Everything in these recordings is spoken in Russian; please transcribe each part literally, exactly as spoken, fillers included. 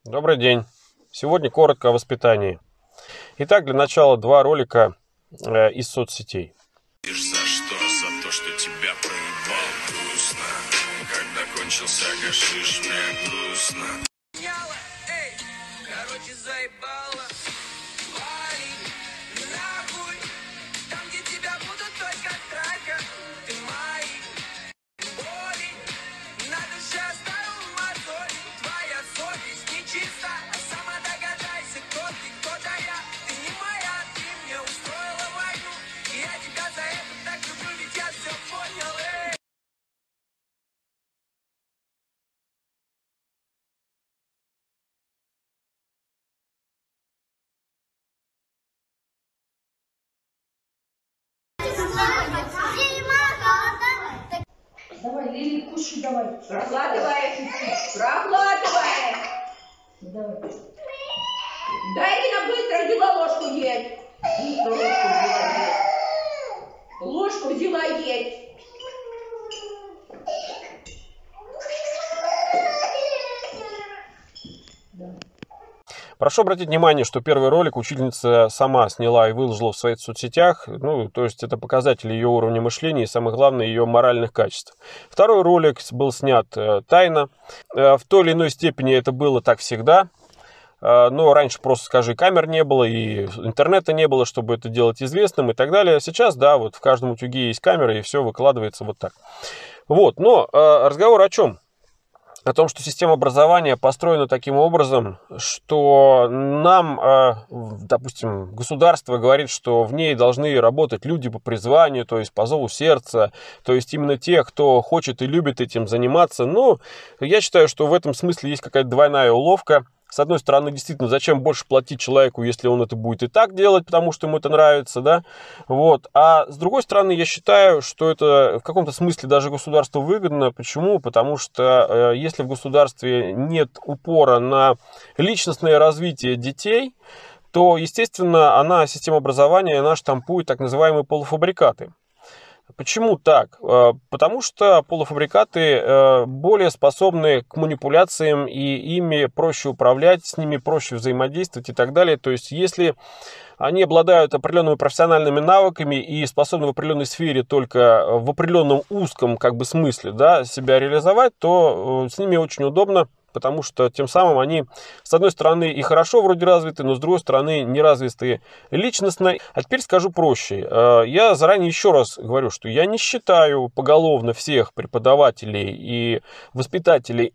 Добрый день. Сегодня коротко о воспитании. Итак, для начала два ролика э, из соцсетей. За что? За то, что тебя проебал грустно. Когда кончился гашиш, мне грустно. Эй, короче, заебало. Вали, нахуй. Там, где тебя будут только трака. Ты мои боли. На душе оставил мозоли. Твоя совесть нечиста. А сама догадайся, кто ты, кто-то я. Ты не моя, ты мне устроила войну. И я тебя за это так люблю, ведь я все понял, эй. Давай, Лили, кушай, давай. Прокладывай, прокладывай. Давай. Да, Ирина, быстро взяла ложку есть. Быстро ложку взяла есть. Ложку взяла есть. Прошу обратить внимание, что первый ролик учительница сама сняла и выложила в своих соцсетях. Ну, то есть это показатель ее уровня мышления и, самое главное, ее моральных качеств. Второй ролик был снят э, тайно. Э, в той или иной степени это было так всегда. Э, но раньше просто, скажи, камер не было и интернета не было, чтобы это делать известным и так далее. Сейчас, да, вот в каждом утюге есть камера и все выкладывается вот так. Вот, но э, разговор о чем? О том, что система образования построена таким образом, что нам, допустим, государство говорит, что в ней должны работать люди по призванию, то есть по зову сердца, то есть именно те, кто хочет и любит этим заниматься. Но я считаю, что в этом смысле есть какая-то двойная уловка. С одной стороны, действительно, зачем больше платить человеку, если он это будет и так делать, потому что ему это нравится, да? Вот. А с другой стороны, я считаю, что это в каком-то смысле даже государству выгодно. Почему? Потому что э, если в государстве нет упора на личностное развитие детей, то, естественно, она, система образования, она штампует так называемые полуфабрикаты. Почему так? Потому что полуфабрикаты более способны к манипуляциям, и ими проще управлять, с ними проще взаимодействовать и так далее. То есть, если они обладают определенными профессиональными навыками и способны в определенной сфере только в определенном узком как бы смысле, да, себя реализовать, то с ними очень удобно. Потому что тем самым они, с одной стороны, и хорошо вроде развиты, но с другой стороны, не развиты личностно. А теперь скажу проще. Я заранее еще раз говорю, что я не считаю поголовно всех преподавателей и воспитателей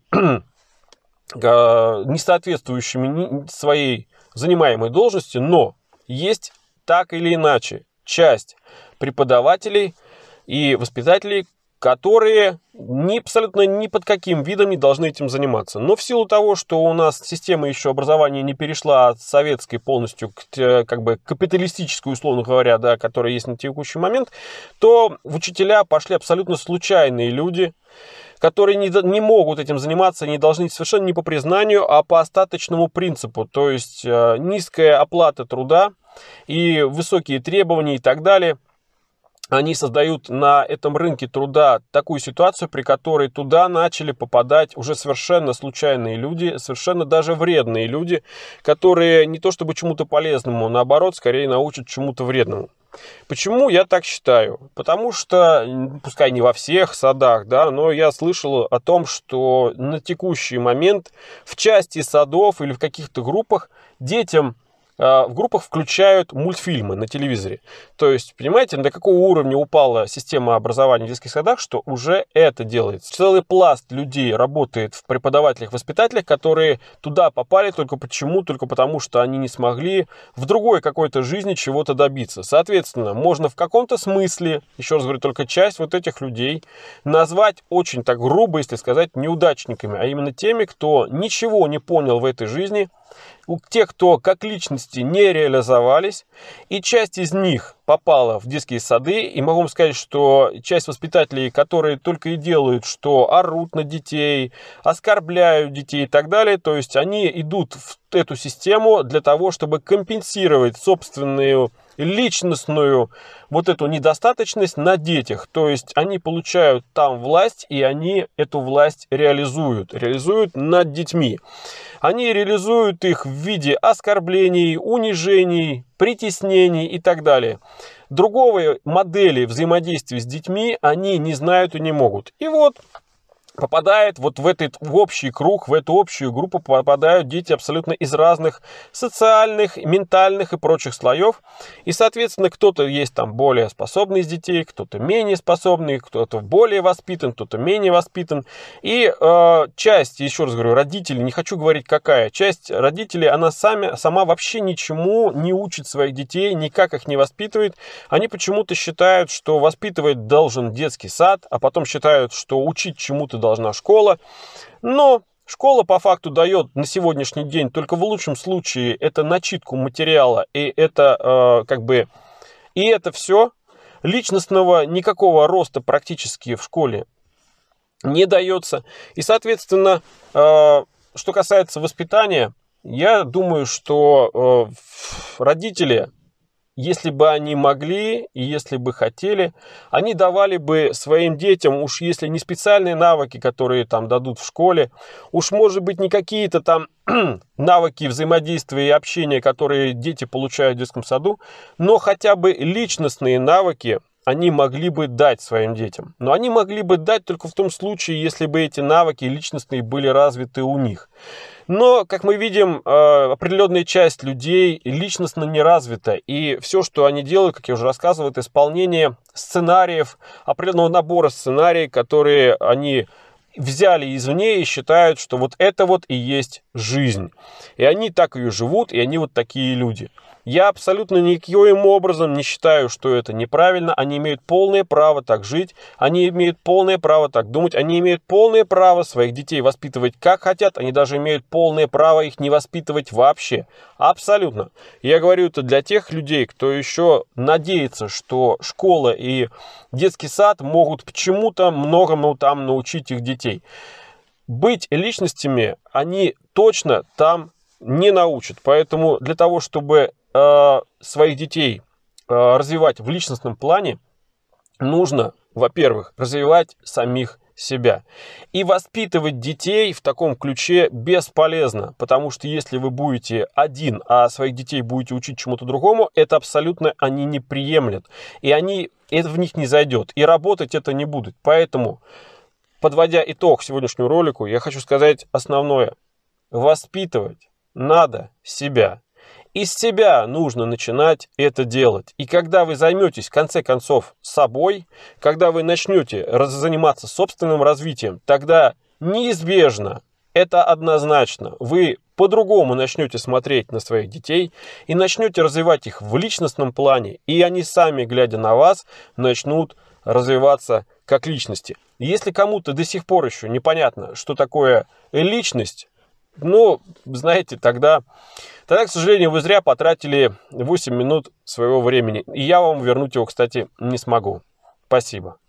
не соответствующими своей занимаемой должности, но есть так или иначе часть преподавателей и воспитателей, которые ни, абсолютно ни под каким видом не должны этим заниматься. Но в силу того, что у нас система еще образования не перешла от советской полностью к как бы капиталистической, условно говоря, да, которая есть на текущий момент, то в учителя пошли абсолютно случайные люди, которые не, не могут этим заниматься, не должны совершенно не по признанию, а по остаточному принципу. То есть э, низкая оплата труда и высокие требования и так далее. Они создают на этом рынке труда такую ситуацию, при которой туда начали попадать уже совершенно случайные люди, совершенно даже вредные люди, которые не то чтобы чему-то полезному, наоборот, скорее научат чему-то вредному. Почему я так считаю? Потому что, пускай не во всех садах, да, но я слышал о том, что на текущий момент в части садов или в каких-то группах детям в группах включают мультфильмы на телевизоре. То есть, понимаете, до какого уровня упала система образования в детских садах, что уже это делается. Целый пласт людей работает в преподавателях, воспитателях, которые туда попали только почему? Только потому, что они не смогли в другой какой-то жизни чего-то добиться. Соответственно, можно в каком-то смысле, еще раз говорю, только часть вот этих людей назвать очень так грубо, если сказать, неудачниками, а именно теми, кто ничего не понял в этой жизни, у тех, кто как личности не реализовались, и часть из них попала в детские сады, и могу вам сказать, что часть воспитателей, которые только и делают, что орут на детей, оскорбляют детей и так далее, то есть они идут в эту систему для того, чтобы компенсировать собственную личностную вот эту недостаточность на детях. То есть они получают там власть, и они эту власть реализуют. Реализуют над детьми. Они реализуют их в виде оскорблений, унижений, притеснений и так далее. Другой модели взаимодействия с детьми они не знают и не могут. И вот попадает вот в этот в общий круг, в эту общую группу попадают дети абсолютно из разных социальных, ментальных и прочих слоев. И, соответственно, кто-то есть там более способный из детей, кто-то менее способный, кто-то более воспитан, кто-то менее воспитан. И э, часть, еще раз говорю, родителей, не хочу говорить какая, часть родителей, она сами, сама вообще ничему не учит своих детей, никак их не воспитывает. Они почему-то считают, что воспитывать должен детский сад, а потом считают, что учить чему-то должна школа. Но школа по факту дает на сегодняшний день только в лучшем случае это начитку материала, и это э, как бы и это все. Личностного никакого роста практически в школе не дается. И, соответственно, э, что касается воспитания, я думаю, что э, родители, если бы они могли и если бы хотели, они давали бы своим детям, уж если не специальные навыки, которые там дадут в школе, уж может быть не какие-то там навыки взаимодействия и общения, которые дети получают в детском саду, но хотя бы личностные навыки они могли бы дать своим детям. Но они могли бы дать только в том случае, если бы эти навыки личностные были развиты у них. Но, как мы видим, определенная часть людей личностно не развита. И все, что они делают, как я уже рассказывал, это исполнение сценариев, определенного набора сценариев, которые они взяли извне и считают, что вот это вот и есть жизнь. И они так ее живут, и они вот такие люди. Я абсолютно никаким образом не считаю, что это неправильно. Они имеют полное право так жить, они имеют полное право так думать, они имеют полное право своих детей воспитывать как хотят, они даже имеют полное право их не воспитывать вообще. Абсолютно. Я говорю это для тех людей, кто еще надеется, что школа и детский сад могут почему-то многому там научить их детей. Быть личностями они точно там не научат. Поэтому для того, чтобы э, своих детей э, развивать в личностном плане, нужно, во-первых, развивать самих себя. И воспитывать детей в таком ключе бесполезно, потому что если вы будете один, а своих детей будете учить чему-то другому, это абсолютно они не приемлят. И они, это в них не зайдет. И работать это не будут. Поэтому, подводя итог сегодняшнему ролику, я хочу сказать основное. Воспитывать надо себя. Из себя нужно начинать это делать. И когда вы займетесь, в конце концов, собой, когда вы начнете заниматься собственным развитием, тогда неизбежно, это однозначно, вы по-другому начнете смотреть на своих детей и начнете развивать их в личностном плане, и они сами, глядя на вас, начнут развиваться как личности. Если кому-то до сих пор еще непонятно, что такое личность, ну, знаете, тогда, тогда, к сожалению, вы зря потратили восемь минут своего времени. И я вам вернуть его, кстати, не смогу. Спасибо.